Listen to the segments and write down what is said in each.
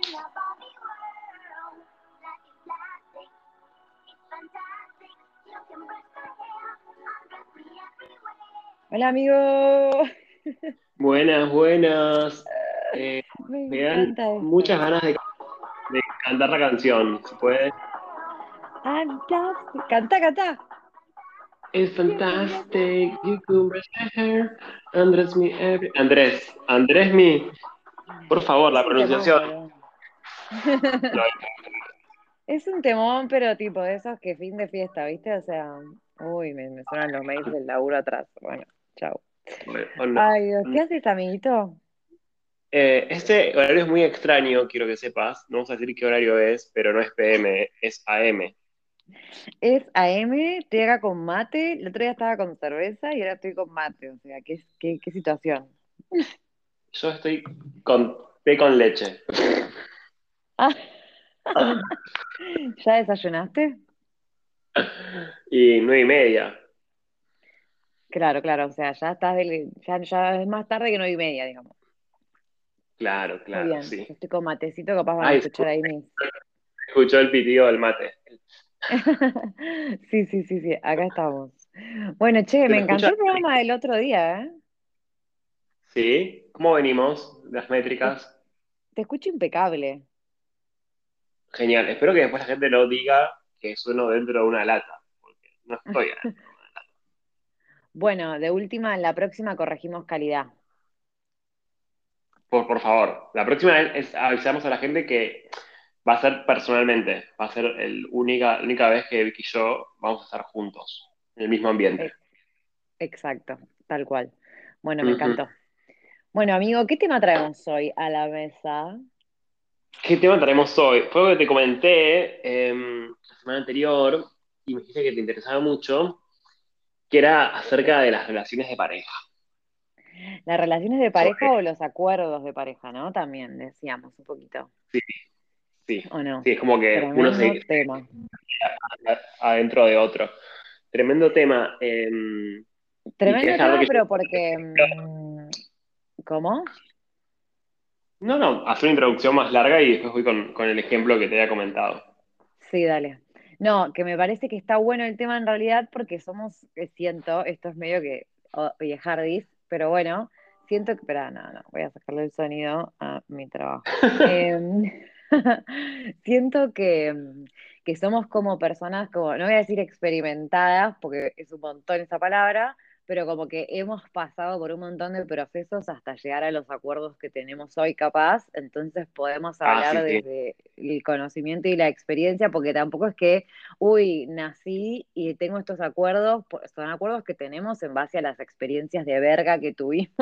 Hola amigo, Buenas, buenas. me Me dan encanta esto. muchas ganas de cantar la canción, si puede. Fantástico. Canta, canta. It's fantastic, you could brush my hair, Andrés mi Andrés mi, por favor, Es la un temón, pronunciación. boludo. No, Es un temón, pero tipo de esos que fin de fiesta, ¿viste? O sea, uy, me suenan los mails del laburo atrás. Bueno, chao. o no. Ay, Dios, ¿qué haces, amiguito? Este horario es muy extraño, quiero que sepas. No vamos a decir qué horario es, pero no es PM, es AM. Es AM, estoy acá con mate. El otro día estaba con cerveza y ahora estoy con mate. O sea, qué situación. Yo estoy con té con leche. Ah, ¿ya desayunaste? Y 9:30. Claro, claro, o sea, ya es más tarde que 9:30, digamos. Claro, Muy claro, bien, sí. yo estoy con matecito, capaz van a Ay, escuchar ahí mis. escuchó el pitido del mate. Sí, sí, sí, sí, acá estamos. Bueno, che, ¿Se me me escucha? encantó el programa del otro día, ¿eh? Sí. ¿Cómo venimos? Las Te, métricas. te escucho impecable. Genial. Espero que después la gente no diga que sueno dentro de una lata, porque no estoy adentro. Bueno, de última, en la próxima corregimos calidad. Por favor, la próxima vez avisamos a la gente que va a ser personalmente. Va a ser la única vez que Vicky y yo vamos a estar juntos, en el mismo ambiente. Eh, exacto, tal cual. Bueno, me Ujú. encantó. Bueno, amigo, ¿qué tema traemos hoy a la mesa? ¿Qué tema traemos hoy? Fue lo que te comenté la semana anterior y me dijiste que te interesaba mucho, que era acerca de las relaciones de pareja. ¿Las relaciones de Sobre, pareja o los acuerdos de pareja, no? También decíamos un poquito, sí, sí, ¿o no? sí, es como que uno se Tremendo tema. adentro de otro. Tremendo tema. ¿Y querés Tremendo saber tema, que pero porque... ¿cómo? No, no, hacer una introducción más larga y después voy con el ejemplo que te había comentado. Sí, dale. No, que me parece que está bueno el tema en realidad porque somos, siento, esto es medio que viejardis, pero bueno, siento que, espera, no, voy a sacarle el sonido a mi trabajo. Siento que somos como personas, como, no voy a decir experimentadas, porque es un montón esa palabra, pero como que hemos pasado por un montón de procesos hasta llegar a los acuerdos que tenemos hoy capaz, entonces podemos Ah, hablar sí, sí. desde el conocimiento y la experiencia, porque tampoco es que, uy, nací y tengo estos acuerdos, son acuerdos que tenemos en base a las experiencias de verga que tuvimos,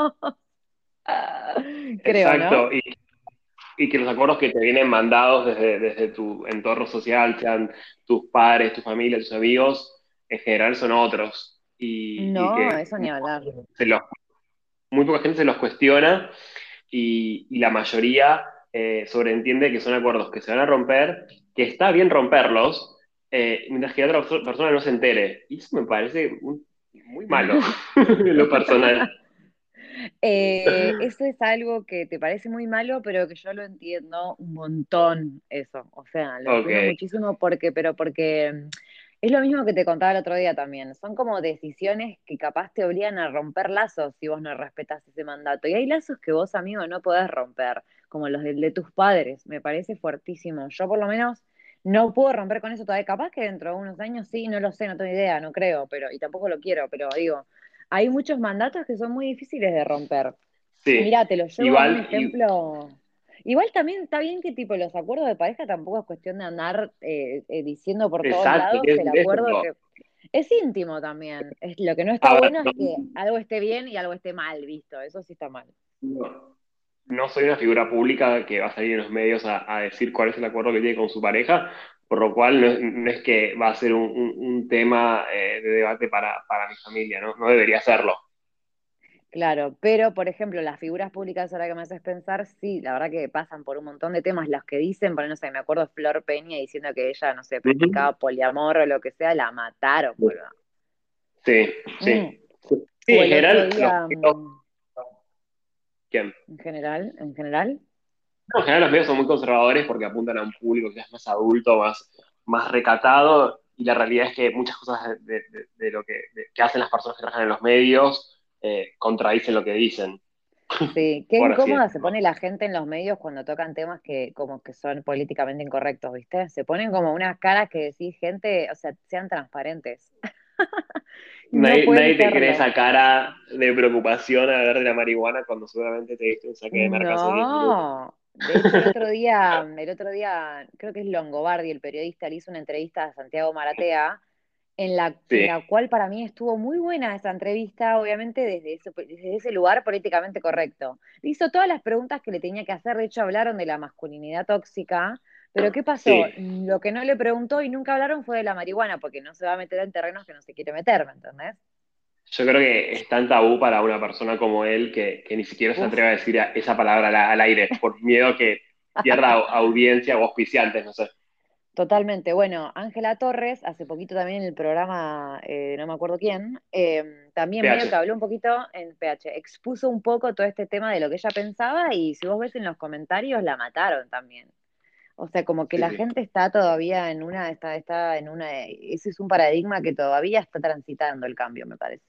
creo, ¿no? Exacto. Y que los acuerdos que te vienen mandados desde tu entorno social, sean tus padres, tu familia, tus amigos, en general son otros. Y No, que eso ni hablar. muy poca gente se los cuestiona y la mayoría sobreentiende que son acuerdos que se van a romper, que está bien romperlos, mientras que la otra persona no se entere. Y eso me parece muy malo, en lo personal. Eso es algo que te parece muy malo, pero que yo lo entiendo un montón, eso. O sea, lo Ok, entiendo muchísimo porque es lo mismo que te contaba el otro día también. Son como decisiones que capaz te obligan a romper lazos si vos no respetas ese mandato. Y hay lazos que vos, amigo, no podés romper, como los de tus padres. Me parece fuertísimo. Yo por lo menos no puedo romper con eso todavía. Capaz que dentro de unos años sí, no lo sé, no tengo idea, no creo, pero, y tampoco lo quiero, pero digo hay muchos mandatos que son muy difíciles de romper. sí. Mirá, te lo llevo a un Igual, ejemplo. Igual también está bien que tipo los acuerdos de pareja tampoco es cuestión de andar diciendo por todos exacto, lados ¿qué el decir acuerdo eso? que es íntimo también. Lo que no está A ver, bueno es que algo esté bien y algo esté mal, visto. Eso sí está mal. no soy una figura pública que va a salir en los medios a decir cuál es el acuerdo que tiene con su pareja, por lo cual no es que va a ser un tema de debate para mi familia, ¿no? No debería serlo. Claro, pero por ejemplo, las figuras públicas, ahora que me haces pensar, sí, la verdad que pasan por un montón de temas. Los que dicen, por no sé, me acuerdo de Flor Peña diciendo que ella, no sé, Ujú. practicaba poliamor o lo que sea, la mataron, boludo. Sí, Mm. sí. Sí, O en el otro general, día, ¿quién? en general, En general los medios son muy conservadores porque apuntan a un público que es más adulto, más recatado, y la realidad es que muchas cosas de lo que hacen las personas que trabajan en los medios contradicen lo que dicen, Sí, qué por así incómoda se decirlo. pone la gente en los medios cuando tocan temas que como que son políticamente incorrectos, ¿viste? Se ponen como unas caras que decís, gente, o sea, sean transparentes. No pueden Nadie te cree serlo. esa cara de preocupación al hablar de la marihuana cuando seguramente te diste un saque de merca hace 10 minutos. No. De hecho, el otro día, creo que es Longobardi, el periodista, le hizo una entrevista a Santiago Maratea, en Sí, la cual para mí estuvo muy buena esa entrevista, obviamente desde ese lugar políticamente correcto. Le hizo todas las preguntas que le tenía que hacer, de hecho hablaron de la masculinidad tóxica, pero ¿qué pasó? sí. Lo que no le preguntó y nunca hablaron fue de la marihuana, porque no se va a meter en terrenos que no se quiere meter, ¿me entendés? Yo creo que es tan tabú para una persona como él que ni siquiera se Uf. atreve a decir esa palabra al aire por miedo a que pierda audiencia o auspiciantes, no sé. Totalmente. Bueno, Ángela Torres, hace poquito también en el programa, no me acuerdo quién, también medio que PH. habló un poquito en PH, expuso un poco todo este tema de lo que ella pensaba y si vos ves en los comentarios la mataron también. O sea, como que Sí, la sí. gente está todavía en está en una, ese es un paradigma que todavía está transitando el cambio, me parece.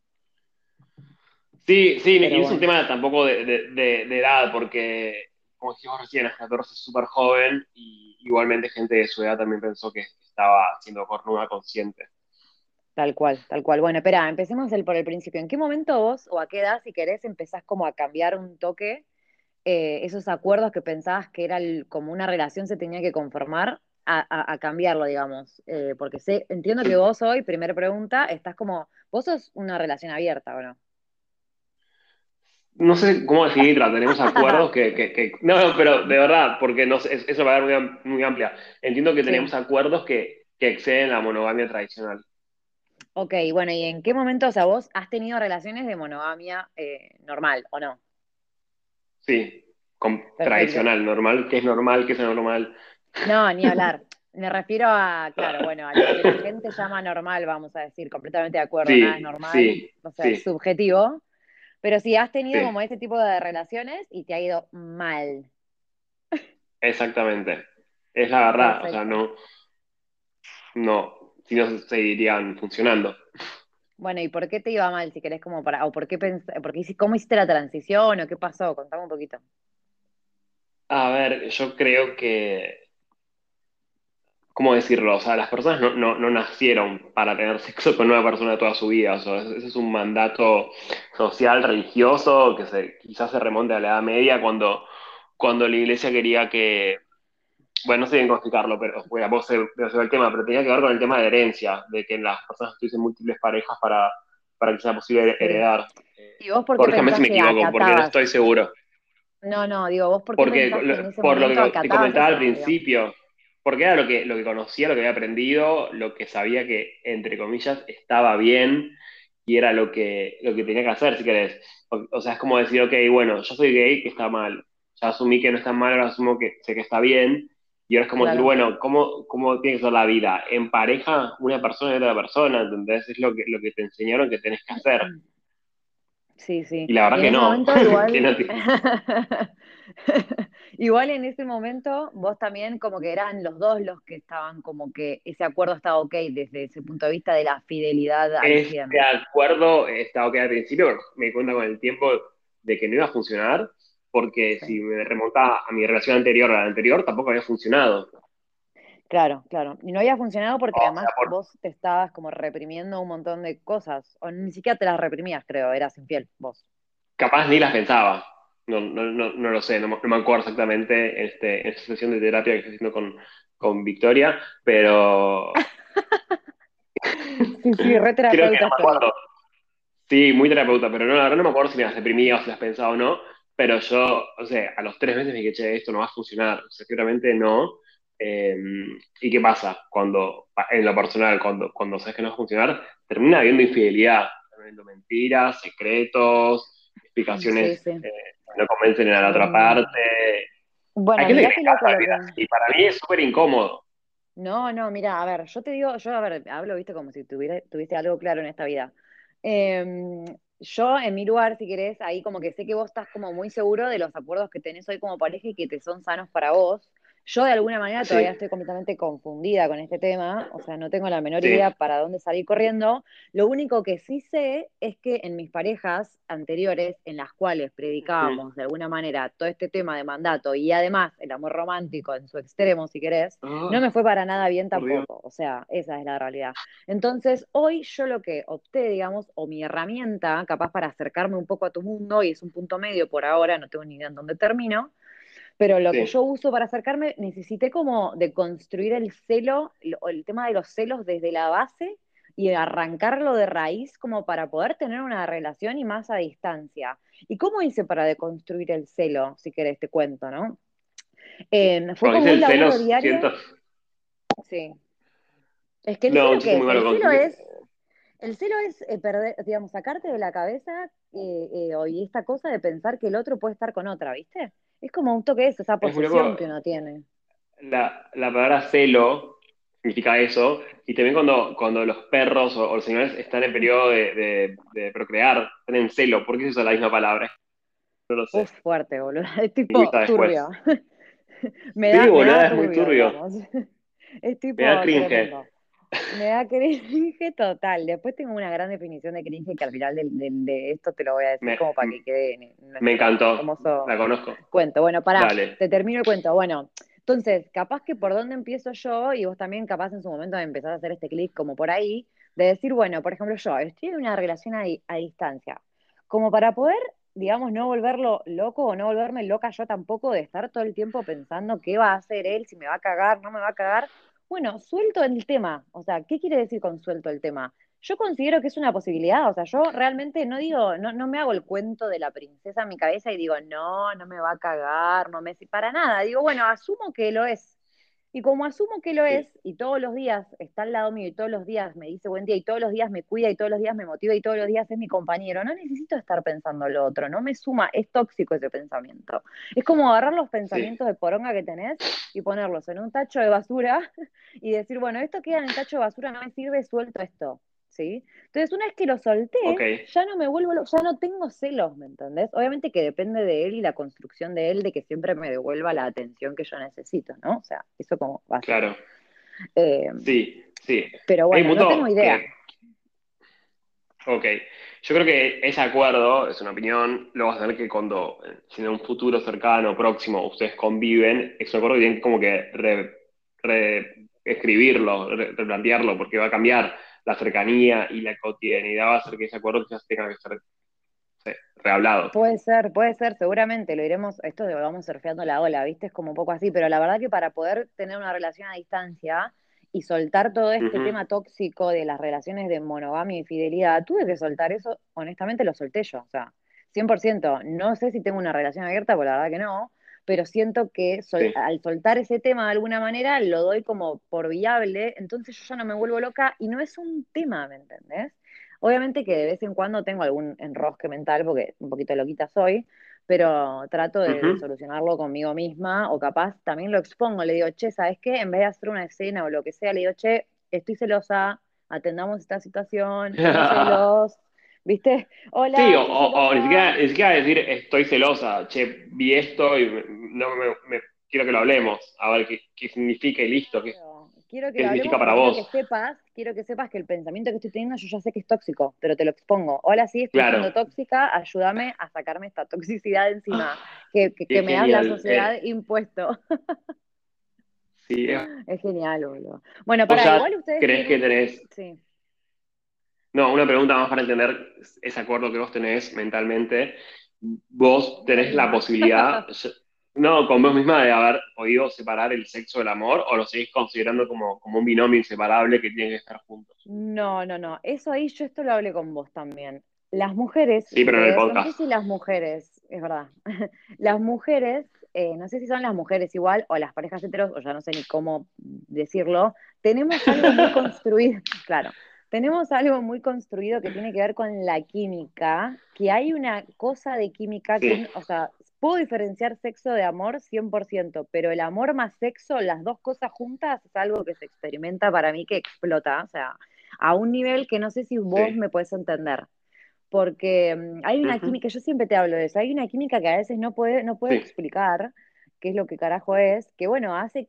Sí, sí, Pero y es un bueno, tema tampoco de edad, porque, como dijimos recién, hasta 14 es súper joven y igualmente gente de su edad también pensó que estaba siendo cornuda consciente. tal cual, tal cual. Bueno, espera, empecemos por el principio. ¿En qué momento vos o a qué edad, si querés, empezás como a cambiar un toque esos acuerdos que pensabas que era como una relación se tenía que conformar a cambiarlo, digamos? Porque entiendo que vos hoy, primera pregunta, estás como, vos sos una relación abierta, ¿o no? No sé cómo definirla, tenemos acuerdos no, no, pero de verdad, porque no sé, es una palabra muy amplia. Entiendo que tenemos Sí. acuerdos que exceden la monogamia tradicional. Ok, bueno, ¿y en qué momento, o sea, vos has tenido relaciones de monogamia normal o no? Sí, Perfecto. tradicional, normal, que es normal, que es anormal. No, ni hablar. Me refiero a, claro, bueno, a lo que la gente llama normal, vamos a decir, completamente de acuerdo, nada es Sí, normal, sí, o sea, es sí, subjetivo, pero si has tenido sí, como ese tipo de relaciones y te ha ido mal. exactamente. Es la verdad, o sea, Perfecto. no, si no seguirían funcionando. Bueno, ¿y por qué te iba mal, si querés, como para, o por qué cómo hiciste la transición o qué pasó? Contame un poquito. A ver, yo creo que, ¿cómo decirlo? O sea, las personas no nacieron para tener sexo con una persona toda su vida. O sea, ese es un mandato social, religioso, quizás se remonte a la Edad Media, cuando la iglesia quería que, bueno, no sé bien cómo explicarlo, pero bueno, vos se ve el tema, pero tenía que ver con el tema de herencia, de que las personas tuviesen múltiples parejas para que sea posible Sí. heredar. ¿Y vos por qué Corríjame si pensás me que equivoco, porque no acatabas? estoy seguro. No, no, digo, ¿vos por qué Porque pensás que en ese por lo momento que te acatabas comentaba al eso, digamos? principio, porque era lo que conocía, lo que había aprendido, lo que sabía que, entre comillas, estaba bien y era lo que tenía que hacer, si querés. O sea, es como decir, ok, bueno, yo soy gay, que está mal. Ya asumí que no está mal, ahora asumo que sé que está bien. Y ahora es como decir, Claro. bueno, ¿cómo tiene que ser la vida? En pareja, una persona y otra persona, ¿entendés? Es lo que te enseñaron que tenés que hacer. Sí, sí. Y la Y verdad en que ese no. momento Que igual, no igual en ese momento vos también como que eran los dos los que estaban como que ese acuerdo estaba ok desde ese punto de vista de la fidelidad al Este 100. acuerdo estaba ok al principio, pero me di cuenta con el tiempo de que no iba a funcionar, porque si Sí. me remontaba a mi relación anterior, a la anterior, tampoco había funcionado. Claro, claro. Y no había funcionado porque O además sea, vos te estabas como reprimiendo un montón de cosas, o ni siquiera te las reprimías, creo, eras infiel vos. capaz ni las pensaba. No lo sé, no me acuerdo exactamente en esta sesión de terapia que estoy haciendo con Victoria, pero Sí, sí, re creo que no terapeuta me estoy. acuerdo. Sí, muy terapeuta, pero no, la verdad no me acuerdo si me las deprimía o si las pensaba o no, pero yo, o sea, a los 3 meses me dije, che, esto no va a funcionar, o sea, seguramente no. Eh, ¿Y qué pasa? En lo personal, cuando sabes que no va a funcionar, termina habiendo infidelidad, termina habiendo mentiras, secretos, Sí, explicaciones sí. que no convencen a la otra parte. Hay Bueno, gente que mirá le qué loco encanta lo vivir que... así, para mí es súper incómodo. No, no, mira, a ver, yo te digo, yo, a ver, hablo, viste, como si tuviese algo claro en esta vida. Eh, yo en mi lugar, si querés, ahí como que sé que vos estás como muy seguro de los acuerdos que tenés hoy como pareja y que te son sanos para vos. Yo de alguna manera todavía Sí, estoy completamente confundida con este tema, o sea, no tengo la menor idea sí. para dónde salir corriendo. Lo único que sí sé es que en mis parejas anteriores, en las cuales Ujú. predicábamos de alguna manera todo este tema de mandato y además el amor romántico en su extremo, si querés, no me Ah, fue para nada bien por Dios. tampoco. O sea, esa es la realidad. Entonces, hoy yo lo que opté, digamos, o mi herramienta, capaz para acercarme un poco a tu mundo, y es un punto medio por ahora, no tengo ni idea en dónde termino, pero lo que Sí. yo uso para acercarme, necesité como de construir el celo, o el tema de los celos desde la base y arrancarlo de raíz como para poder tener una relación y más a distancia. ¿Y cómo hice para deconstruir el celo? Si querés te cuento, ¿no? Fue Cuando como dice un el laburo celos, diario. siento. Sí. Es que el No, un celo, chiste ¿qué muy es? malo con. El celo es perder, digamos, sacarte de la cabeza y esta cosa de pensar que el otro puede estar con otra, ¿viste? Es como un toque de eso, esa Es muy posesión loco. que uno tiene. La palabra celo significa eso. Y también cuando los perros o los animales están en periodo de procrear, están en celo. ¿Por qué se usa la misma palabra? No lo sé. Uf, fuerte, boludo. Es tipo Lingüista turbio. después. Me Sí, me da boludo, es muy turbio, turbio. digamos. Es Me da tipo cringe. tremendo. Me da cringe total. Después tengo una gran definición de cringe que al final de esto te lo voy a decir Me, como para que quede en me nuestro encantó. La hermoso conozco. cuento. Bueno, pará, Dale. te termino el cuento. Bueno, entonces, capaz que por dónde empiezo yo, y vos también capaz en su momento de empezar a hacer este clic como por ahí, de decir, bueno, por ejemplo, yo estoy en una relación a distancia, como para poder, digamos, no volverlo loco o no volverme loca yo tampoco de estar todo el tiempo pensando qué va a hacer él, si me va a cagar, no me va a cagar. Bueno, suelto el tema. O sea, ¿qué quiere decir con suelto el tema? Yo considero que es una posibilidad, o sea, yo realmente no digo, no me hago el cuento de la princesa en mi cabeza y digo, no, no me va a cagar, no me, para nada, digo, bueno, asumo que lo es. Y como asumo que lo Sí, es, y todos los días está al lado mío, y todos los días me dice buen día, y todos los días me cuida, y todos los días me motiva, y todos los días es mi compañero, no necesito estar pensando lo otro, no me suma, es tóxico ese pensamiento. Es como agarrar los sí, pensamientos de poronga que tenés y ponerlos en un tacho de basura y decir, bueno, esto queda en el tacho de basura, no me sirve, suelto esto. ¿Sí? Entonces, una vez que lo ok, solté, ya no me vuelvo, ya no tengo celos, ¿me entendés? Obviamente que depende de él y la construcción de él de que siempre me devuelva la atención que yo necesito, ¿no? O sea, eso como básico. claro. Eh, Sí, sí. pero Hay un bueno, no tengo punto idea. ok. Yo creo que ese acuerdo, es una opinión, lo vas a tener que cuando, si en un futuro cercano, próximo, ustedes conviven, es un acuerdo que tienen que como que reescribirlo, replantearlo, porque va a cambiar la cercanía y la cotidianidad, va a hacer que ese acuerdo quizás tenga que ser, no sé, rehablado. Puede ser, seguramente lo iremos, esto de vamos surfeando la ola, ¿viste? Es como un poco así, pero la verdad que para poder tener una relación a distancia y soltar todo este Ujú. tema tóxico de las relaciones de monogamia y fidelidad, tuve que soltar eso, honestamente lo solté yo, o sea, 100%. No sé si tengo una relación abierta, pues la verdad que no, pero siento que Sí, al soltar ese tema de alguna manera lo doy como por viable, entonces yo ya no me vuelvo loca y no es un tema, ¿me entendés? Obviamente que de vez en cuando tengo algún enrosque mental, porque un poquito loquita soy, pero trato de ujú. solucionarlo conmigo misma, o capaz también lo expongo, le digo, che, ¿sabes qué? En vez de hacer una escena o lo que sea, le digo, che, estoy celosa, atendamos esta situación, tengo celos, ¿viste? Sí, Hola, estoy o celosa. ni siquiera decir estoy celosa, che, vi esto y no quiero que lo hablemos, a ver qué significa y listo, Claro, quiero que qué lo significa hablemos, para pero vos. quiero que sepas que el pensamiento que estoy teniendo yo ya sé que es tóxico, pero te lo expongo. Hola, sí, estoy Claro. siendo tóxica, ayúdame a sacarme esta toxicidad de encima Qué que me da la genial. sociedad impuesto. Sí, Es genial, boludo. Bueno, vos para ya igual ustedes crees que tienen, tenés. sí. No, una pregunta más para entender ese acuerdo que vos tenés mentalmente. ¿Vos Conmigo tenés la misma. posibilidad, no, con vos misma, de haber podido separar el sexo del amor o lo seguís considerando como un binomio inseparable que tienen que estar juntos? No, no, no. Eso ahí yo esto lo hablé con vos también. Las mujeres, Sí, si pero en el querés, o no sé podcast. si las mujeres, es verdad, las mujeres, no sé si son las mujeres igual o las parejas heteros, o ya no sé ni cómo decirlo, tenemos algo muy construido, claro, tenemos algo muy construido que tiene que ver con la química, que hay una cosa de química Sí, que, o sea, puedo diferenciar sexo de amor 100%, pero el amor más sexo, las dos cosas juntas, es algo que se experimenta para mí que explota, o sea a un nivel que no sé si vos sí. me puedes entender. porque hay una Ujú. química, yo siempre te hablo de eso, hay una química que a veces no puedo Sí, explicar qué es lo que carajo es, que bueno, hace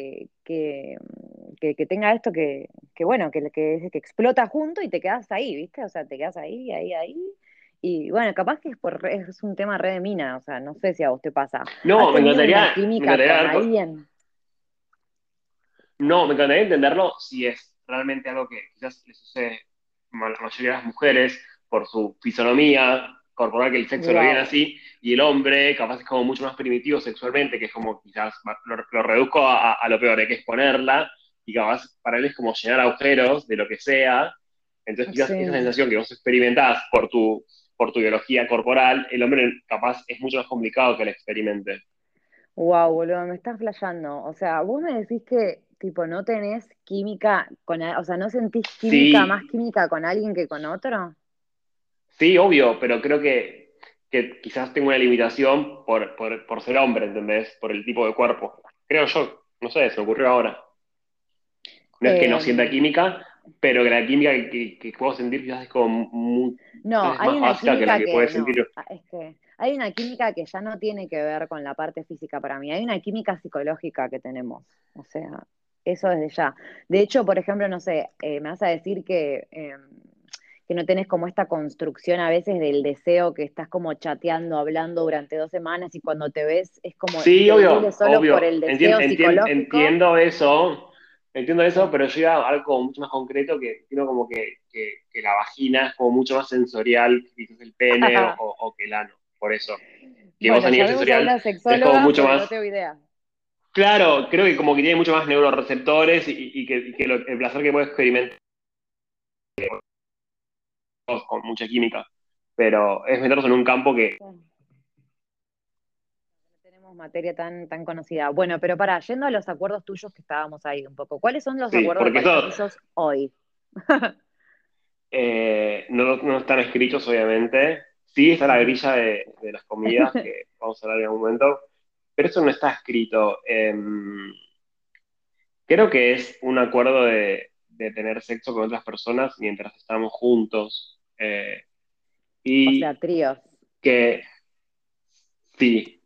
que tenga esto que bueno, que explota junto y te quedas ahí, ¿viste? O sea, te quedas ahí, ahí, ahí. Y bueno, capaz que es un tema re de mina, o sea, no sé si a vos te pasa. ¿Has no, tenido una me química encantaría con ver, alguien? no, me encantaría entenderlo si es realmente algo que quizás le sucede a la mayoría de las mujeres por su fisonomía corporal, que el sexo lo viene Wow. así, y el hombre capaz es como mucho más primitivo sexualmente, que es como quizás lo reduzco a lo peor, hay que exponerla, y capaz para él es como llenar agujeros de lo que sea, entonces quizás esa Sí. sensación que vos experimentás por tu biología corporal, el hombre capaz es mucho más complicado que la experimente. Wow, boludo, me estás flasheando. O sea, vos me decís que, tipo, no tenés química o sea, no sentís química, más Sí, química con alguien que con otro. sí, obvio, pero creo que quizás tengo una limitación por ser hombre, ¿entendés? Por el tipo de cuerpo. Creo yo, no sé, se me ocurrió ahora. No es que no sienta Eh, química, pero que la química que puedo sentir quizás es como no, es hay más una básica que la química que puede que, no, sentir. es que hay una química que ya no tiene que ver con la parte física para mí. Hay una química psicológica que tenemos. O sea, eso desde ya. De hecho, por ejemplo, no sé, me vas a decir que no tenés como esta construcción a veces del deseo que estás como chateando, hablando durante 2 semanas y cuando te ves es como Sí, increíble obvio, solo por obvio. el deseo psicológico. Entiendo Sí. eso, pero yo iba a algo como mucho más concreto que entiendo como que la vagina es como mucho más sensorial que quizás el pene o que el ano. Por eso. Que vos a Bueno, nivel llamemos a sensorial una tenés como sexóloga mucho porque no más. tengo idea. Claro, creo que como que tiene mucho más neuroreceptores y que el placer que puede experimentar con mucha química. Pero es meternos en un campo que, Tenemos materia tan conocida. Bueno, pero para, yendo a los acuerdos tuyos que estábamos ahí un poco, ¿cuáles son los sí, acuerdos de porque pareja eso tuyos hoy? no están escritos, obviamente. Sí está la Ujú. grilla de las comidas, que vamos a hablar en algún momento, pero eso no está escrito. Creo que es un acuerdo de tener sexo con otras personas mientras estamos juntos. O sea, Y tríos. que sí,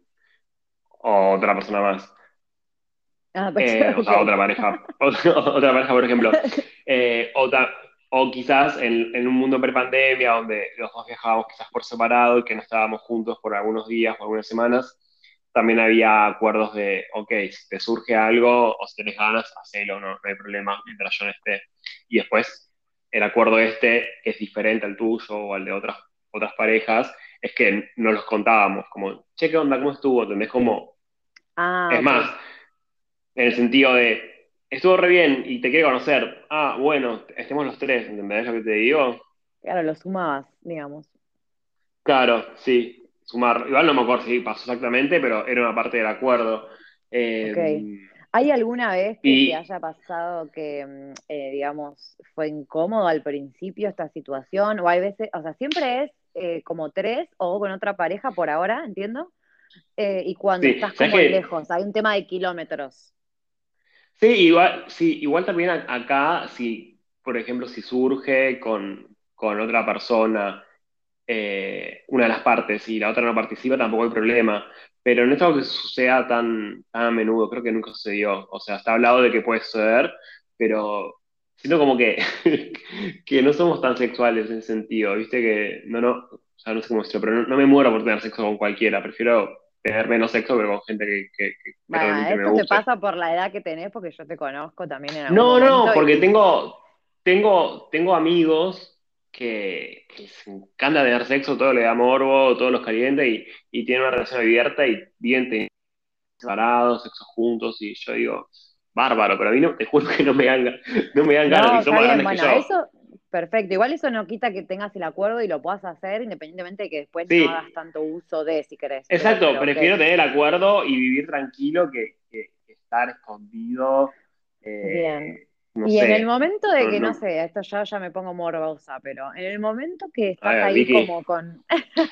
o otra persona más. Ah, pues, O sea, ok. otra pareja, otra pareja, por ejemplo. Eh, o, ta- o quizás en un mundo prepandemia, donde los dos viajábamos quizás por separado y que no estábamos juntos por algunos días o algunas semanas, también había acuerdos de, ok, si te surge algo o si tenés ganas, hacelo, no hay problema mientras yo no esté. Y después, el acuerdo este, que es diferente al tuyo o al de otras parejas, es que no los contábamos, como, che, ¿qué onda? ¿Cómo estuvo? ¿Entendés? Como, Ah, es ok. más, en el sentido de, estuvo re bien y te quiero conocer. Ah, bueno, estemos los tres, ¿entendés lo que te digo? Claro, lo sumabas, digamos. Claro, sí, sumar. Igual no me acuerdo si pasó exactamente, pero era una parte del acuerdo. Eh, Ok. ¿Hay alguna vez que te y haya pasado que, digamos, fue incómodo al principio esta situación? O hay veces, o sea, siempre es como tres o con otra pareja por ahora, entiendo. Y cuando sí, estás ¿sabes como qué? lejos, hay un tema de kilómetros. Sí, igual también acá, si, por ejemplo, si surge con otra persona una de las partes y la otra no participa, tampoco hay problema. Pero no es algo que suceda tan a menudo, creo que nunca sucedió. O sea, está hablado de que puede suceder, pero siento como que, que no somos tan sexuales en ese sentido, ¿viste? Que o sea, no sé cómo decirlo, pero no me muero por tener sexo con cualquiera. Prefiero tener menos sexo, pero con gente que Bueno, realmente me esto te guste. pasa por la edad que tenés, porque yo te conozco también en algún No, no, momento. porque tengo amigos que les encanta tener sexo, todo le da morbo, todos los calienta y tienen una relación abierta y viven separados, sexo juntos, y yo digo, bárbaro, pero a mí no, te juro que no me dan ganas, No, y son está más bien, grandes que bueno, yo. eso, perfecto. Igual eso no quita que tengas el acuerdo y lo puedas hacer, independientemente de que después no Sí, hagas tanto uso de, si querés, exacto, pero ok. prefiero tener el acuerdo y vivir tranquilo que estar escondido, Bien. no Y en el sé, momento de no, que, no no. sé, esto yo ya me pongo morbosa, pero en el momento que A estás ver, ahí Vicky. como con,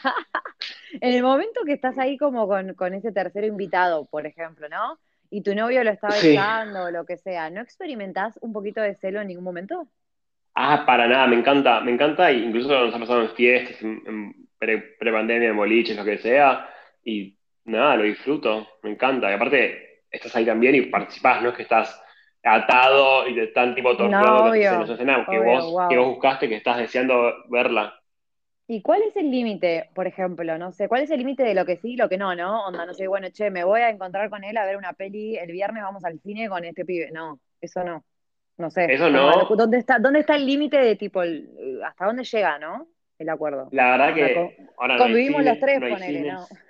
en el momento que estás ahí como con ese tercero invitado, por ejemplo, ¿no? Y tu novio lo está Sí. besando o lo que sea, ¿no experimentás un poquito de celo en ningún momento? Ah, para nada, me encanta, y incluso nos ha pasado en fiestas, en pre-pandemia, en boliches, lo que sea, y nada, lo disfruto, me encanta. Y aparte, estás ahí también y participás, no es que estás atado y te están tipo torturando No, tu escena, es obvio, una escena obvio, que vos wow. buscaste, que estás deseando verla. ¿Y cuál es el límite, por ejemplo? No sé, ¿cuál es el límite de lo que sí y lo que no, no? Onda, no sé, bueno, che, me voy a encontrar con él a ver una peli, el viernes vamos al cine con este pibe. No, eso no. No sé, Eso como no, dónde está el límite de tipo, hasta dónde llega, ¿no? El acuerdo. la verdad Onda, que ahora no hay convivimos los cine, tres, no hay ponele, ¿no? cines.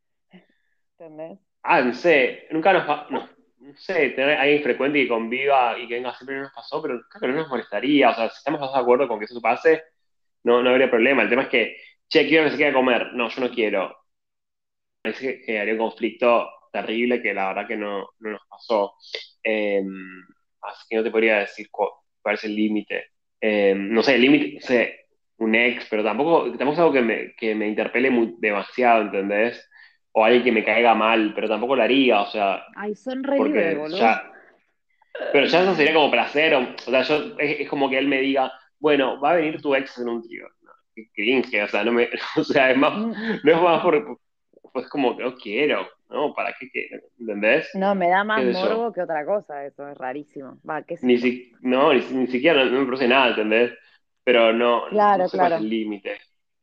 ¿Entendés? Ah, no sé, nunca no sé, tener a alguien frecuente que conviva y que venga siempre no nos pasó, pero creo que no nos molestaría. O sea, si estamos todos de acuerdo con que eso pase, no habría problema. El tema es que, che, quiero que se quede a comer. No, yo no quiero. Parece que haría un conflicto terrible que la verdad que no nos pasó. Eh, Así que no te podría decir cuál es el límite. No sé, el límite, no sé, un ex, pero tampoco es algo que me interpele demasiado, ¿entendés? O alguien que me caiga mal, pero tampoco lo haría, o sea, Ay, son re libres, porque boludo. ya, pero ya eso sería como placer, o sea, es como que él me diga, bueno, va a venir tu ex en un trío. No, qué cringe, o sea, o sea, Mm. no es más pues como que no quiero, ¿no? ¿Para qué? ¿Entendés? No, me da más ¿Qué sé yo? morbo que otra cosa, eso es rarísimo. Va, qué sé yo. No, ni siquiera no me produce nada, ¿entendés? Pero no Claro, sé cuál es el claro. límite.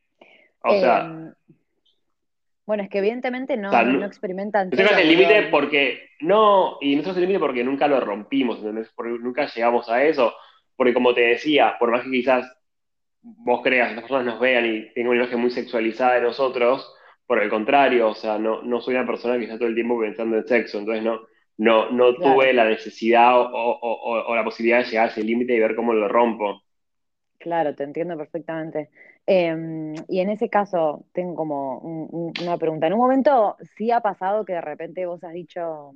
O sea, Eh, bueno, es que evidentemente o sea, no experimentan no sé cuál es celos, el boludo. límite porque no, y no sé cuál es el límite porque nunca lo rompimos, ¿entendés? Porque nunca llegamos a eso. Porque como te decía, por más que quizás vos creas que las personas nos vean y tengan una imagen muy sexualizada de nosotros, por el contrario, o sea, no soy una persona que está todo el tiempo pensando en sexo, entonces no tuve Claro, la necesidad o la posibilidad de llegar a ese límite y ver cómo lo rompo. claro, te entiendo perfectamente. Y en ese caso, tengo como una pregunta. En un momento, ¿sí ha pasado que de repente vos has dicho,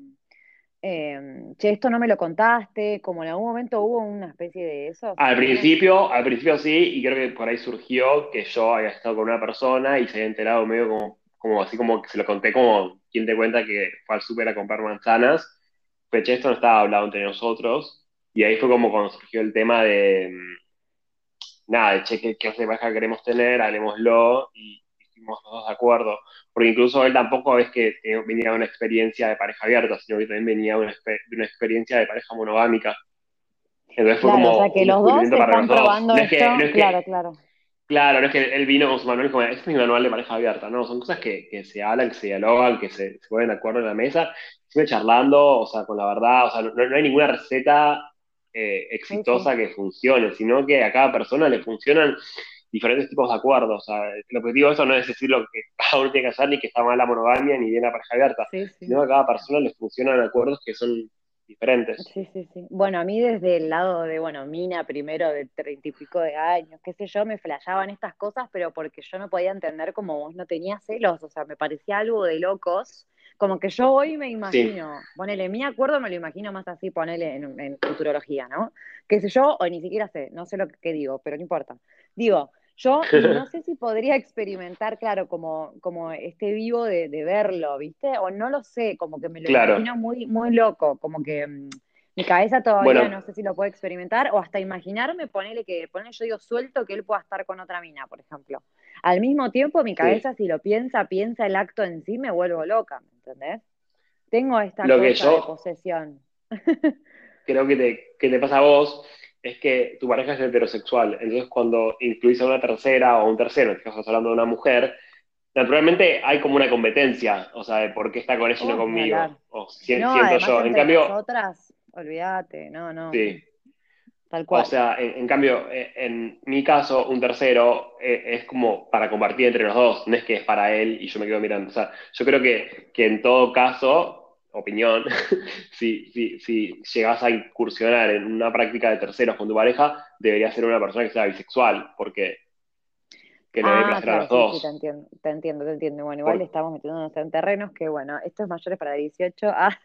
che, esto no me lo contaste? Como en algún momento hubo una especie de eso, digamos. Al principio sí, y creo que por ahí surgió que yo había estado con una persona y se había enterado medio como así como que se lo conté como quien te cuenta que fue al súper a comprar manzanas. Pero che, esto no estaba hablado entre nosotros, y ahí fue como cuando surgió el tema de, nada, de che, qué clase de pareja queremos tener, hablemoslo, y hicimos los dos de acuerdo. Porque incluso él tampoco es que venía de una experiencia de pareja abierta, sino que también venía de una experiencia de pareja monogámica. Entonces fue Claro, o sea como que un los dos descubrimiento para están los dos. probando esto. Claro, claro. Claro, no es que él vino con su manual como, este es mi manual de pareja abierta, no, son cosas que se hablan, que se dialogan, que se ponen de acuerdo en la mesa, sigue charlando, o sea, con la verdad, o sea, no hay ninguna receta Sí, sí. exitosa que funcione, sino que a cada persona le funcionan diferentes tipos de acuerdos. O sea, el objetivo de eso no es decir lo que cada uno tiene que hacer, ni que está mal la monogamia, ni bien la pareja abierta, Sí, sí. sino que a cada persona le funcionan acuerdos que son diferentes. Sí, sí, sí. Bueno, a mí desde el lado de, bueno, mina primero de 30 y pico de años, qué sé yo, me flashaban estas cosas, pero porque yo no podía entender como vos no tenías celos, o sea, me parecía algo de locos, como que yo hoy me Sí, imagino, ponele, mi acuerdo me lo imagino más así, ponele en futurología, ¿no? Qué sé yo, o ni siquiera sé, no sé lo que digo, pero no importa. Digo, yo no sé si podría experimentar, claro, como este vivo de verlo, ¿viste? O no lo sé, como que me lo claro. imagino muy, muy loco, como que mi cabeza todavía Bueno, no sé si lo puede experimentar o hasta imaginarme, ponele yo digo suelto que él pueda estar con otra mina, por ejemplo. Al mismo tiempo, mi sí. cabeza, si lo piensa el acto en sí, me vuelvo loca, ¿me entendés? Tengo esta Lo que cosa de yo posesión. creo que te pasa a vos es que tu pareja es heterosexual. Entonces, cuando incluís a una tercera o un tercero, en este caso estás hablando de una mujer, naturalmente hay como una competencia, o sea, de por qué está con ella y no Oh, ni hablar. conmigo, o No, siento además yo. En entre cambio, nosotras, olvídate, no, no, sí. tal O cual. sea, en cambio, en mi caso, un tercero es como para compartir entre los dos, no es que es para él y yo me quedo mirando. O sea, yo creo que en todo caso, opinión, si llegas a incursionar en una práctica de terceros con tu pareja, debería ser una persona que sea bisexual, porque que le dé Ah, placer a claro, los sí, sí, te dos. entiendo, te entiendo, te entiendo. Bueno, igual Por- estamos metiéndonos en terrenos que, bueno, esto es mayores para 18. Ah,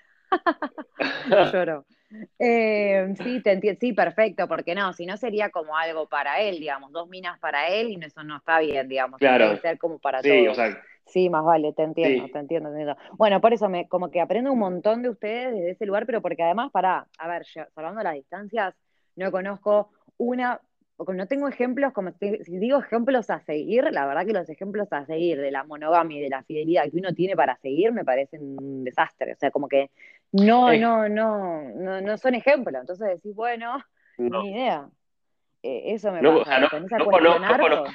lloro. Sí, te entiendo, sí, perfecto, porque no, si no sería como algo para él, digamos, dos minas para él y eso no está bien, digamos, tendría que claro, ser como para sí, o todos. sea, Sí, más vale, te entiendo, te sí, entiendo, te entiendo. Bueno, por eso como que aprendo un montón de ustedes desde ese lugar, pero porque además, a ver, salvando las distancias, no conozco una porque no tengo ejemplos, como si digo ejemplos a seguir, la verdad que los ejemplos a seguir de la monogamia y de la fidelidad que uno tiene para seguir me parecen un desastre. O sea, como que Es- no son ejemplos. Entonces decís, bueno, no, ni idea. Eso me no, o sea, pasa, te pones a no cuestionar conozco, todo.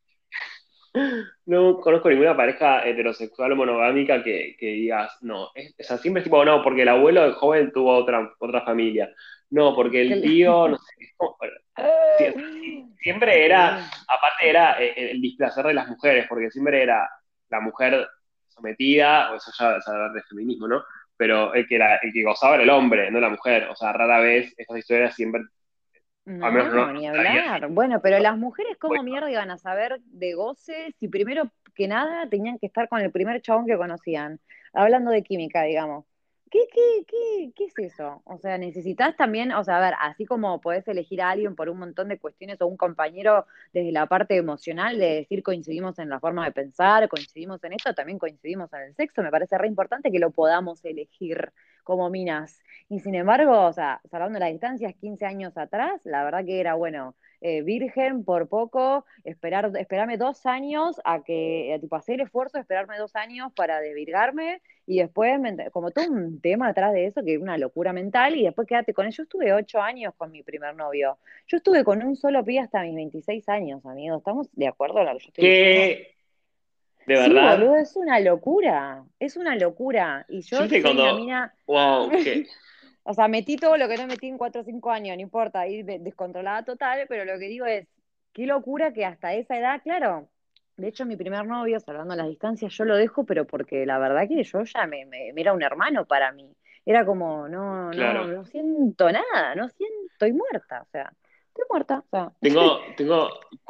no conozco ninguna pareja heterosexual o monogámica que digas, no, o sea, siempre es tipo, no, porque el abuelo de joven tuvo otra familia, no, porque el tío, no sé, sí, siempre era, Sí. aparte era el displacer de las mujeres, porque siempre era la mujer sometida, o eso ya es hablar de feminismo, ¿no? Pero el que gozaba era el hombre, no la mujer, o sea, rara vez esas historias siempre, al menos no No, ni sabía. hablar. Bueno, pero las mujeres, ¿cómo mierda iban a saber de goce si primero que nada tenían que estar con el primer chabón que conocían? Hablando de química, digamos. ¿Qué es eso? O sea, necesitas también, o sea, a ver, así como podés elegir a alguien por un montón de cuestiones o un compañero desde la parte emocional, de decir coincidimos en la forma de pensar, coincidimos en esto, también coincidimos en el sexo, me parece re importante que lo podamos elegir como minas. Y sin embargo, o sea, salvando las distancias, 15 años atrás, la verdad que era, bueno, virgen por poco, esperarme 2 años a que, tipo, hacer el esfuerzo de esperarme 2 años para desvirgarme y después, como todo un tema atrás de eso, que es una locura mental, y después quédate con él. Yo estuve 8 años con mi primer novio. Yo estuve con un solo pibe hasta mis 26 años, amigo. ¿Estamos de acuerdo en lo que yo estoy diciendo? ¿Qué? ¿De Sí, boludo, verdad? es una locura. Es una locura. Y Yo yo sé soy una cuando, mina. wow, ¿qué? O sea, metí todo lo que no metí en 4 o 5 años, no importa, ir descontrolada total, pero lo que digo es, qué locura que hasta esa edad, claro. De hecho, mi primer novio, salvando las distancias, yo lo dejo, pero porque la verdad que yo ya me era un hermano para mí. Era como, Claro. no siento nada, no siento, estoy muerta, o sea, estoy muerta, o sea. Tengo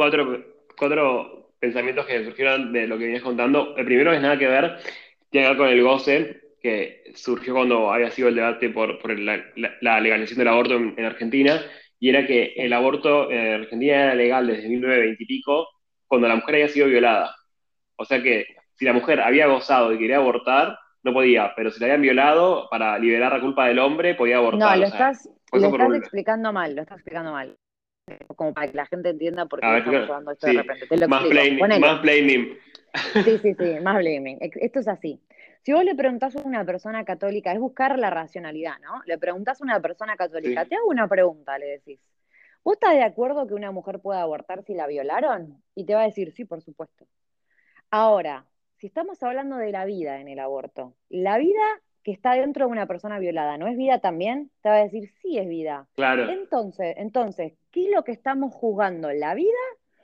cuatro pensamientos que surgieron de lo que vienes contando. El primero es nada que ver, tiene que ver con el goce, que surgió cuando había sido el debate por la legalización del aborto en Argentina, y era que el Sí. aborto en Argentina era legal desde 1920 y pico, cuando la mujer había sido violada. O sea que si la mujer había gozado y quería abortar, no podía, pero si la habían violado, para liberar la culpa del hombre, podía No, abortar. O sea, fue lo eso por estás un... explicando mal, lo estás explicando mal, como para que la gente entienda por A qué estamos ver, llevando esto de sí, repente. Te lo explico. Ponele. más blaming. Sí, sí, sí, más blaming. Esto es así. Si vos le preguntás a una persona católica, es buscar la racionalidad, ¿no? Le preguntás a una persona católica, Sí, te hago una pregunta, le decís. ¿Vos estás de acuerdo que una mujer pueda abortar si la violaron? Y te va a decir, sí, por supuesto. Ahora, si estamos hablando de la vida en el aborto, la vida que está dentro de una persona violada, ¿no es vida también? Te va a decir, sí es vida. claro, Entonces, ¿qué es lo que estamos juzgando? ¿La vida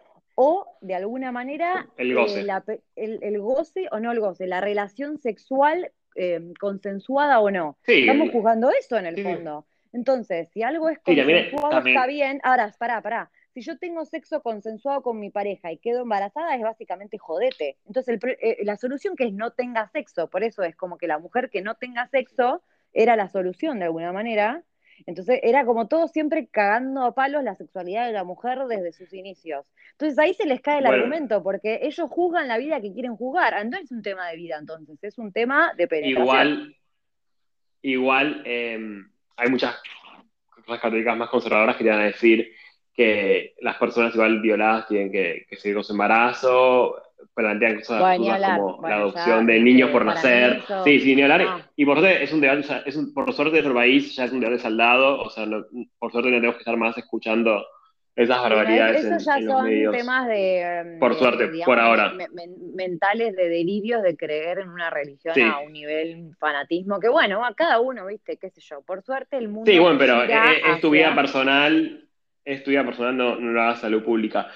o de alguna manera el goce. el goce o no el goce, la relación sexual consensuada o no? Sí, Estamos juzgando eso en el sí, sí. fondo. Entonces, si algo es Sí, consensuado está también, bien. Ahora, pará. Si yo tengo sexo consensuado con mi pareja y quedo embarazada, es básicamente jodete. Entonces, la solución que es no tenga sexo, por eso es como que la mujer que no tenga sexo era la solución de alguna manera. Entonces, era como todo siempre cagando a palos la sexualidad de la mujer desde sus inicios. Entonces ahí se les cae el bueno, argumento, porque ellos juzgan la vida que quieren jugar. No es un tema de vida, entonces, es un tema de penetración. igual, igual, hay muchas cosas católicas más conservadoras que te van a decir que las personas igual violadas tienen que seguir con su embarazo, plantean cosas Bueno, ni absurdas hablar. como la Bueno, ya, adopción de niños por para mí nacer. eso, Sí, sí, ni hablar. no. Y por suerte es un debate, por suerte nuestro país ya es un debate saldado, o sea, por suerte no tenemos que estar más escuchando esas Sí, no, barbaridades esos ya en los son medios. temas de, Por suerte, por digamos, ahora. mentales, de delirios, de creer en una religión Sí, a un nivel fanatismo, que bueno, a cada uno, viste, qué sé yo. Por suerte el sí, mundo bueno, pero gira es tu vida hacia. personal, no lo hagas salud pública.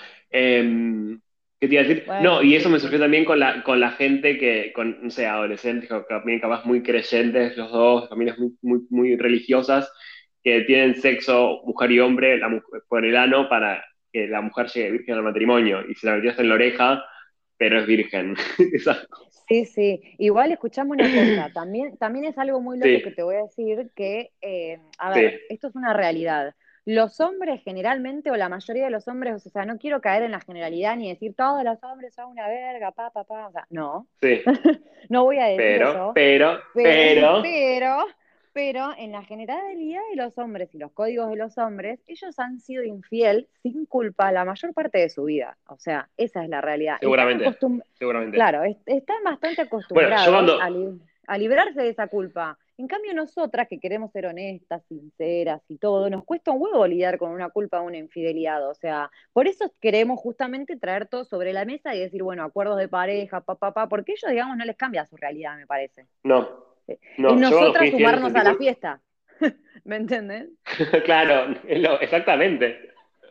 ¿Qué te iba a decir? No, Bueno, y eso sí, me sí. surgió también con la gente no sé, adolescentes, también capaz muy creyentes los dos, familias muy religiosas, que tienen sexo, mujer y hombre, por el ano para que la mujer llegue virgen al matrimonio, y se la metió hasta en la oreja, pero es virgen. Esa- Sí, sí. Igual escuchamos una cosa, también es algo muy loco Sí, que te voy a decir que, a ver, sí, esto es una realidad. Los hombres generalmente, o la mayoría de los hombres, o sea, no quiero caer en la generalidad ni decir todos los hombres son una verga, o sea, no, sí, no voy a decir eso, pero, pero, Pero en la generalidad de los hombres y los códigos de los hombres, ellos han sido infiel sin culpa la mayor parte de su vida. O sea, esa es la realidad. Seguramente, seguramente. Claro, están bastante Bueno, yo acostumbrados cuando, a librarse de esa culpa. En cambio, nosotras que queremos ser honestas, sinceras y todo, nos cuesta un huevo lidiar con una culpa o una infidelidad. O sea, por eso queremos justamente traer todo sobre la mesa y decir, bueno, acuerdos de pareja, porque ellos, digamos, no les cambia su realidad, me parece. no, Es no, yo cuando fui nosotras infiel sumarnos sentí a la culpa. fiesta. ¿Me entiendes? Claro, exactamente.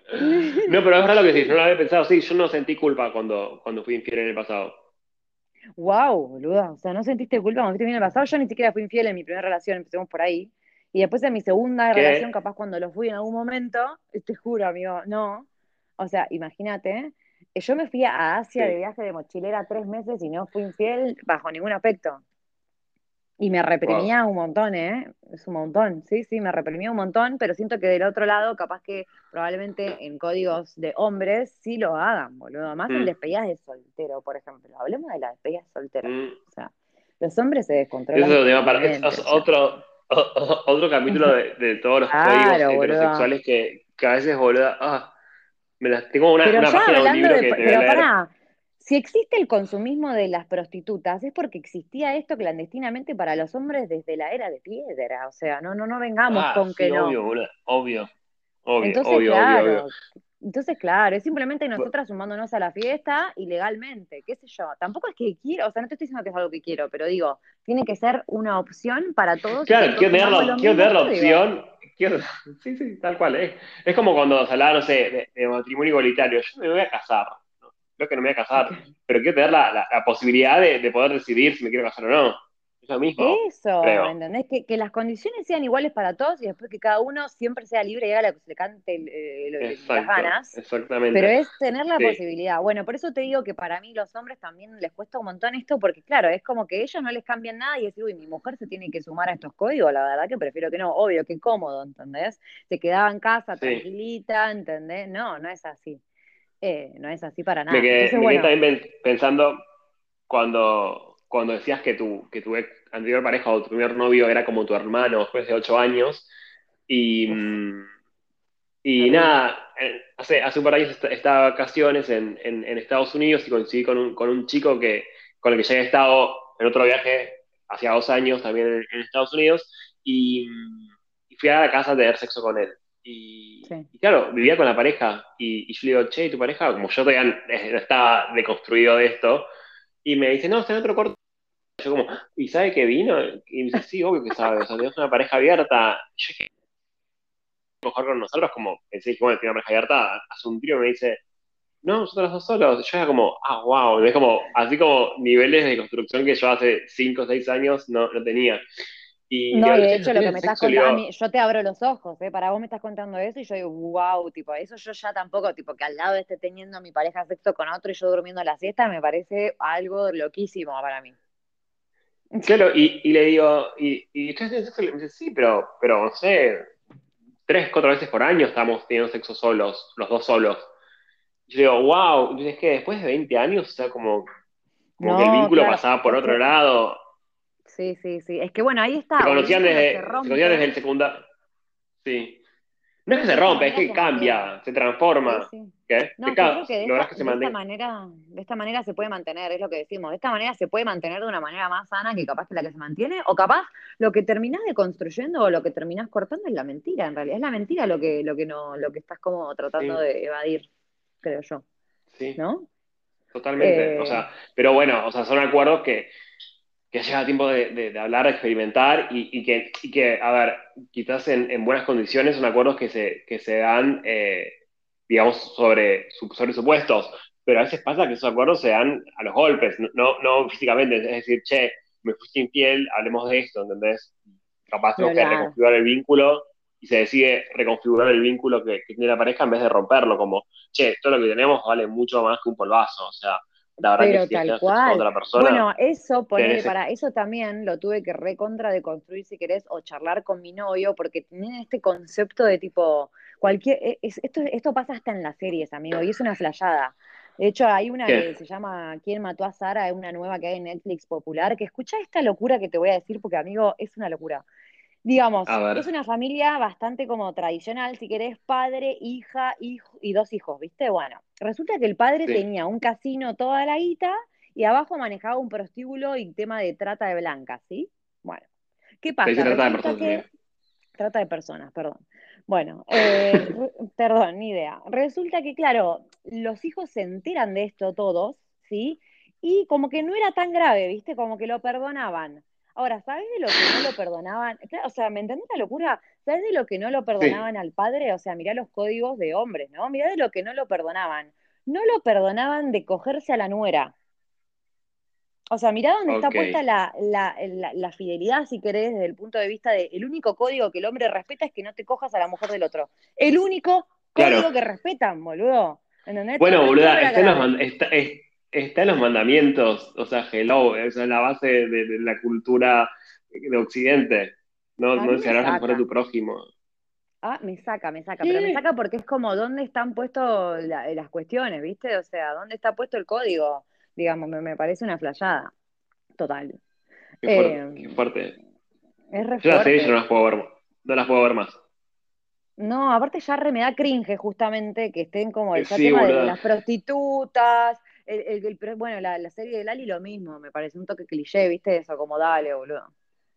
No, pero es verdad lo que decís, no lo había pensado. Sí, yo no sentí culpa cuando fui infiel en el pasado. Wow, boluda. O sea, ¿no sentiste culpa cuando fuiste bien en el pasado? Yo ni siquiera fui infiel en mi primera relación, empecemos por ahí. Y después en mi segunda relación, ¿Qué? capaz cuando lo fui en algún momento, te juro, amigo, no. O sea, imagínate, yo me fui a Asia de Sí. viaje de mochilera 3 meses y no fui infiel bajo ningún aspecto. Y me reprimía Wow. un montón, ¿eh? Es un montón, sí, sí, me reprimía un montón, pero siento que del otro lado, capaz que probablemente en códigos de hombres sí lo hagan, boludo. Más en Mm, despedidas de soltero, por ejemplo. Hablemos de las despedidas de soltero. mm. O sea, los hombres se Eso es descontrolan otro tema totalmente, es o sea. otro capítulo de todos los códigos Claro, boludo. heterosexuales que a veces, boludo, tengo Pero una ya página de un hablando libro de, que te voy a pero leer. pará, si existe el consumismo de las prostitutas, es porque existía esto clandestinamente para los hombres desde la era de piedra. O sea, no vengamos Ah, con que sí, no. obvio, boludo, obvio, obvio, Entonces, obvio, obvio, obvio. claro, es simplemente nosotras sumándonos a la fiesta ilegalmente, qué sé yo. Tampoco es que quiero, o sea, no te estoy diciendo que es algo que quiero, pero digo, tiene que ser una opción para todos y que Claro, todos tengamos los quiero mismos tener la códigos. opción. quiero- sí, sí, tal cual. Es como cuando se hablaba, no sé, de matrimonio igualitario. Yo me voy a casar, ¿no? Creo que no me voy a casar, pero quiero tener la posibilidad de poder decidir si me quiero casar o no. Es lo mismo, Eso, creo. ¿entendés? Que las condiciones sean iguales para todos y después que cada uno siempre sea libre y haga lo que se le cante las Exacto, ganas. Pero exactamente. es tener la Sí, posibilidad. Bueno, por eso te digo que para mí los hombres también les cuesta un montón esto, porque claro, es como que ellos no les cambian nada y decir, uy, mi mujer se tiene que sumar a estos códigos, la verdad que prefiero que no, obvio, que cómodo, ¿entendés? Se quedaba en casa sí. tranquilita, ¿entendés? No, no es así. No es así para nada. Entonces, Me quedé bueno, también pensando cuando decías que tu anterior pareja o tu primer novio era como tu hermano después de 8 años. Y, uf, y terrible. nada, hace un par de años estaba de vacaciones en Estados Unidos y coincidí con un chico con el que ya había estado en otro viaje hacía 2 años también en Estados Unidos y fui a la casa a tener sexo con él. Sí. Y claro, vivía con la pareja y yo le digo, che, ¿y tu pareja? Como yo todavía no estaba deconstruido de esto. Y me dice, no, está en otro cuarto. Yo como, ¿y sabe que vino? Y me dice, sí, obvio que sabe. O sea, tenemos una pareja abierta. Yo dije, mejor con nosotros, como pensé, dije, bueno, tiene una pareja abierta, hace un trío y me dice, no, nosotros los dos solos. Yo era como, ah, wow. Y es como, así como niveles de construcción que yo hace 5 o 6 años no tenía. Y le No, y digo, de ¿ustedes no hecho lo que tienen me estás sexo? Le contando, a digo, mí, yo te abro los ojos, ¿eh? Para vos me estás contando eso y yo digo, wow, tipo, eso yo ya tampoco, tipo, que al lado esté teniendo a mi pareja sexo con otro y yo durmiendo la siesta, me parece algo loquísimo para mí. claro, y le digo, ¿y ustedes tienen sexo? Y me dice, sí, pero no sé, 3, 4 veces por año estamos teniendo sexo solos, los dos solos. Yo digo, wow, es que después de 20 años, o sea, como que el No, vínculo claro, pasaba por es otro que, lado. sí, sí, sí, es que bueno, ahí está, o el vínculo se Se conocían desde rompe el secundario. Sí. No es que se de esta rompe, es manera que se mantiene. cambia, se Sí, transforma. sí. ¿Qué? No, que creo que Lográs que se mantenga. de esta manera se puede mantener, es lo que decimos, de esta manera se puede mantener de una manera más sana que capaz que la que se mantiene, o capaz lo que terminás deconstruyendo o lo que terminás cortando es la mentira, en realidad es la mentira lo que no, lo que estás como tratando Sí, de evadir, creo yo, sí, ¿no? totalmente. O Eh, sea, pero bueno, o sea, son acuerdos que lleva tiempo de hablar, de experimentar y que, a ver, quizás en buenas condiciones son acuerdos que se dan, digamos, sobre supuestos, pero a veces pasa que esos acuerdos se dan a los golpes, no físicamente, es decir, che, me fuiste infiel, hablemos de esto, ¿entendés? Capaz Ni tengo que hablar. reconfigurar el vínculo y se decide reconfigurar el vínculo que tiene la pareja en vez de romperlo, como, che, todo lo que tenemos vale mucho más que un polvazo, o sea, la verdad que si Pero quieres tal tener sexo con cual. otra persona, Bueno, eso, ponele tenés. para eso también lo tuve que recontra de construir si querés o charlar con mi novio porque tienen este concepto de tipo cualquier esto pasa hasta en las series, amigo, y es una flayada. De hecho, hay una ¿Qué? que se llama ¿Quién mató a Sara? Es una nueva que hay en Netflix popular, que escucha esta locura que te voy a decir porque, amigo, es una locura. Digamos, A es ver, una familia bastante como tradicional, si querés, padre, hija, hijo y dos hijos, ¿viste? Bueno, resulta que el padre sí. tenía un casino toda la guita y abajo manejaba un prostíbulo y tema de trata de blancas, ¿sí? Bueno, ¿qué Se dice pasa? trata de Resulta personas, que amiga. trata de personas, perdón. Bueno, perdón, ni idea. Resulta que, claro, los hijos se enteran de esto todos, ¿sí? Y como que no era tan grave, ¿viste? Como que lo perdonaban. Ahora, ¿sabes de lo que no lo perdonaban? Claro, o sea, ¿me entendés la locura? ¿Sabes de lo que no lo Sí, perdonaban al padre? O sea, mirá los códigos de hombres, ¿no? Mirá de lo que no lo perdonaban. No lo perdonaban de cogerse a la nuera. O sea, mirá dónde está ok. puesta la fidelidad, si querés, desde el punto de vista de el único código que el hombre respeta es que no te cojas a la mujer del otro. El único Claro. código que respetan, boludo. ¿Entendés? Todo el Bueno, resto no boluda, era grave. está en los mandamientos, o sea, hello, esa es la base de la cultura de Occidente. No, A no mí me desearás la mujer de saca. tu prójimo. Ah, me saca, pero me ¿Qué? saca porque es como dónde están puestas las cuestiones, ¿viste? O sea, dónde está puesto el código. Digamos, me parece una flayada. Total. Qué fuerte, Eh, qué fuerte. es re Yo las series ya no fuerte. las puedo ver, no las puedo ver más. No, aparte ya re me da cringe justamente que estén como el Sí, tema de boluda. las prostitutas, bueno, la serie de Lali lo mismo, me parece un toque cliché, ¿viste? Eso, como dale, boludo.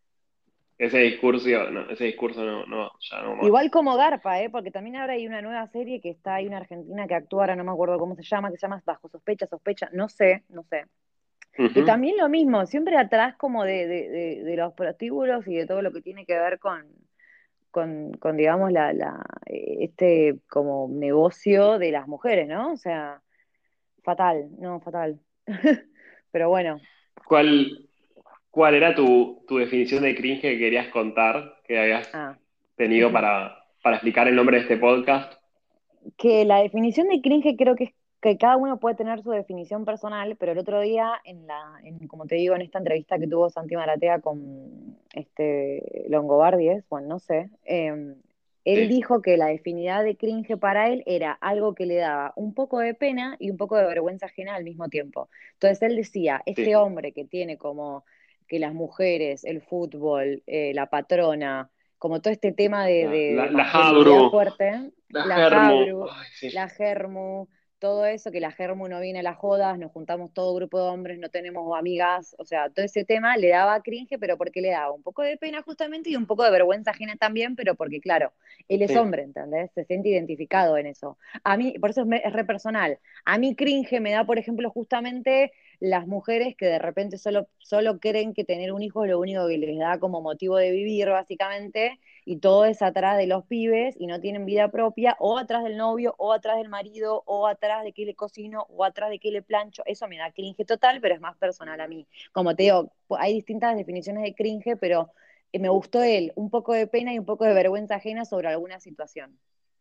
Ese discurso no, no, ya no más. Igual como Garpa, ¿eh? Porque también ahora hay una nueva serie que está, hay una argentina que actúa, ahora no me acuerdo cómo se llama Bajo Sospecha, Sospecha, no sé, no sé. Que Ujú. también lo mismo, siempre atrás como de los prostíbulos y de todo lo que tiene que ver con digamos, este como negocio de las mujeres, ¿no? O sea, fatal, no, fatal. Pero bueno, ¿Cuál, cuál era tu definición de cringe que querías contar, que habías ah. tenido para explicar el nombre de este podcast? Que la definición de cringe creo que es que cada uno puede tener su definición personal, pero el otro día, como te digo, en esta entrevista que tuvo Santi Maratea con Longobardi, bueno, no sé, él Sí, dijo que la definidad de cringe para él era algo que le daba un poco de pena y un poco de vergüenza ajena al mismo tiempo. Entonces él decía, este sí. hombre que tiene como que las mujeres, el fútbol, la patrona, como todo este tema de La masculinidad Habru, fuerte, la la Germu. Jabru, Ay, sí. la Germu, todo eso, que la Germu no viene a las jodas, nos juntamos todo grupo de hombres, no tenemos amigas, o sea, todo ese tema le daba cringe, pero porque le daba un poco de pena justamente y un poco de vergüenza ajena también, pero porque claro, él es Sí. hombre, ¿entendés? Se siente identificado en eso. A mí, por eso es re personal. A mí cringe me da, por ejemplo, justamente las mujeres que de repente solo creen que tener un hijo es lo único que les da como motivo de vivir, básicamente, y todo es atrás de los pibes y no tienen vida propia, o atrás del novio, o atrás del marido, o atrás de qué le cocino, o atrás de qué le plancho. Eso me da cringe total, pero es más personal a mí. Como te digo, hay distintas definiciones de cringe, pero me gustó él, un poco de pena y un poco de vergüenza ajena sobre alguna situación.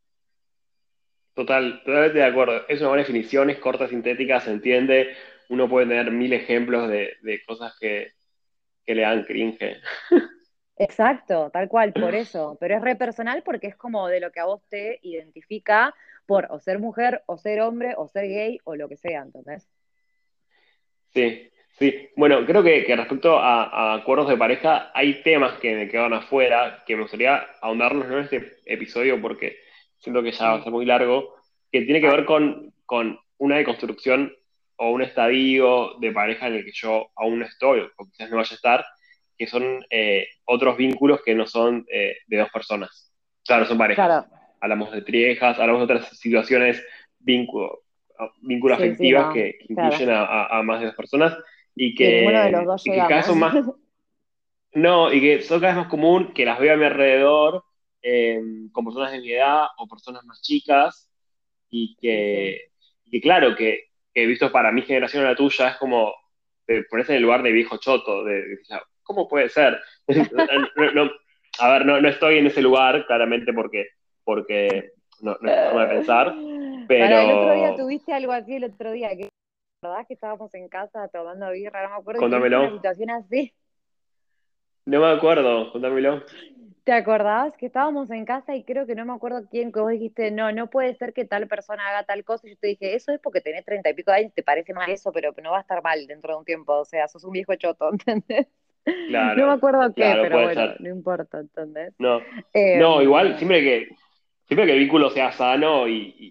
Totalmente de acuerdo. Es una buena definición, es corta, sintética, se entiende. Uno puede tener mil ejemplos de cosas que le dan cringe. Exacto, tal cual, por eso. Pero es re personal porque es como de lo que a vos te identifica por o ser mujer, o ser hombre, o ser gay, o lo que sea, entonces. Sí, sí. Bueno, creo que respecto a acuerdos de pareja, hay temas que me quedan afuera, que me gustaría ahondarlos ¿no? en este episodio porque siento que ya va a Mm, ser muy largo, que tiene que ver dale. con una deconstrucción o un estadio de pareja en el que yo aún no estoy, o quizás no vaya a estar, que son otros vínculos que no son de dos personas. O sea, no son parejas. Claro, Hablamos de triejas, hablamos de otras situaciones, vínculos sí, sí, afectivas no, que claro. incluyen a más de dos personas y Que ninguno de los dos y que cada vez llegamos. son más, no, y que son cada vez más común que las veo a mi alrededor con personas de mi edad o personas más chicas y Sí, sí. y que claro, que visto para mi generación o la tuya es como te pones en el lugar de viejo choto, ¿cómo puede ser? A ver, no estoy en ese lugar claramente porque no es mi forma de pensar, Para el otro día pero tuviste algo así el otro día, que verdad que estábamos en casa tomando birra, no me acuerdo, y tuviste una contámelo. situación así. No me acuerdo, contámelo. ¿Te acordás que estábamos en casa y creo que no me acuerdo quién, que vos dijiste, no, no puede ser que tal persona haga tal cosa? Y yo te dije, eso es porque tenés 30 y pico de años, te parece mal eso, pero no va a estar mal dentro de un tiempo, o sea, sos un viejo choto, ¿entendés? No me Claro, acuerdo qué, claro, pero puede bueno, ser. no importa, ¿entendés? No, no, igual, Em, siempre que el vínculo sea sano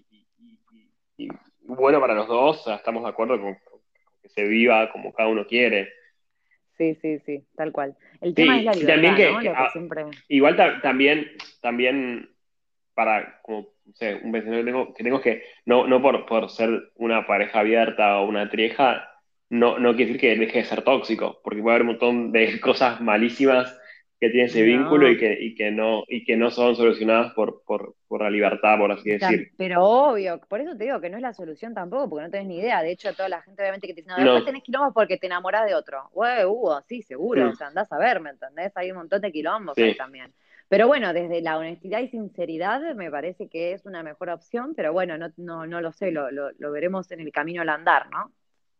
y bueno para los dos, o sea, estamos de acuerdo con que se viva como cada uno quiere. sí, sí, sí, tal cual. El tema es Sí, la y también libertad, ¿no? Lo que siempre... igual también para, como, no sé, un pensamiento que tengo es que no por ser una pareja abierta o una trieja, no quiere decir que deje de ser tóxico, porque puede haber un montón de cosas malísimas que tiene ese vínculo No, y que no son solucionadas por la libertad, por así decir. pero obvio, por eso te digo que no es la solución tampoco, porque no tenés ni idea. De hecho, toda la gente obviamente que te dice, no, después No. tenés quilombos porque te enamorás de otro. Güey, Hugo, sí, seguro, o Mm, sea, andás a ver, ¿me entendés? Hay un montón de quilombos ahí sí, también. Pero bueno, desde la honestidad y sinceridad me parece que es una mejor opción, pero bueno, no lo sé, lo veremos en el camino al andar, ¿no?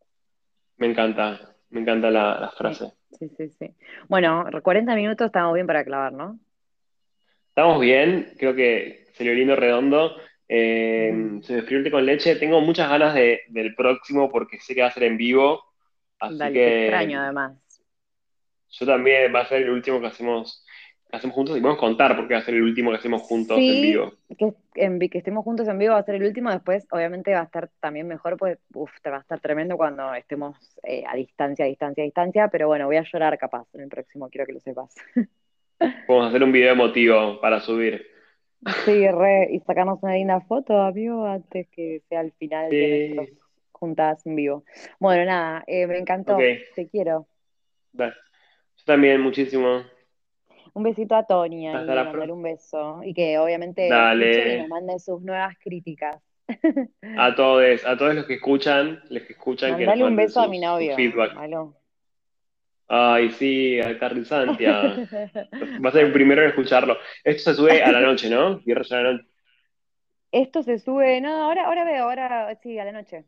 me encanta la Sí, frase. sí, sí, sí. Bueno, 40 minutos estamos bien para clavar, ¿no? Estamos bien, creo que salió lindo redondo. Se me frió el té con leche. Tengo muchas ganas del próximo porque sé que va a ser en vivo. Así Dale, te extraño que además. yo también va a ser el último que hacemos juntos y podemos contar porque va a ser el último que hacemos juntos en Sí, vivo. que estemos juntos en vivo va a ser el último, después obviamente va a estar también mejor, pues te va a estar tremendo cuando estemos a distancia, a distancia, a distancia, pero bueno, voy a llorar capaz en el próximo, quiero que lo sepas. Podemos hacer un video emotivo para subir. Sí, re, y sacarnos una linda foto, amigo, antes que sea el final de nuestros Sí, juntadas en vivo. Bueno, nada, me ok. encantó, te quiero. Dale. Yo también, muchísimo. Un besito a Tony Hasta ahí, la mandale próxima. un beso y que obviamente escuche y nos Dale. mande sus nuevas críticas. A todos los que escuchan, que nos Mandale un manden beso a mi sus novio, feedback. Malo. Ay, sí, a Carly Santia. Va a ser el Bueno, primero en escucharlo. Esto se sube a la noche, ¿no? Viernes a la noche. esto se sube, no, ahora veo, ahora sí, a la noche.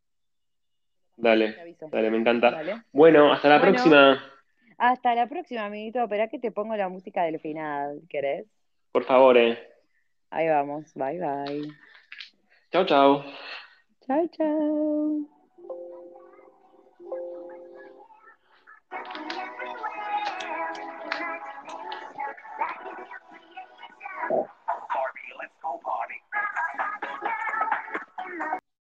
Dale, Te aviso. dale, me encanta. Dale. Bueno, hasta la Bueno, próxima. hasta la próxima, amiguito. Espera que te pongo la música del final, ¿querés? Por favor, Ahí vamos. Bye, bye. Chau, chau. Chao, chao.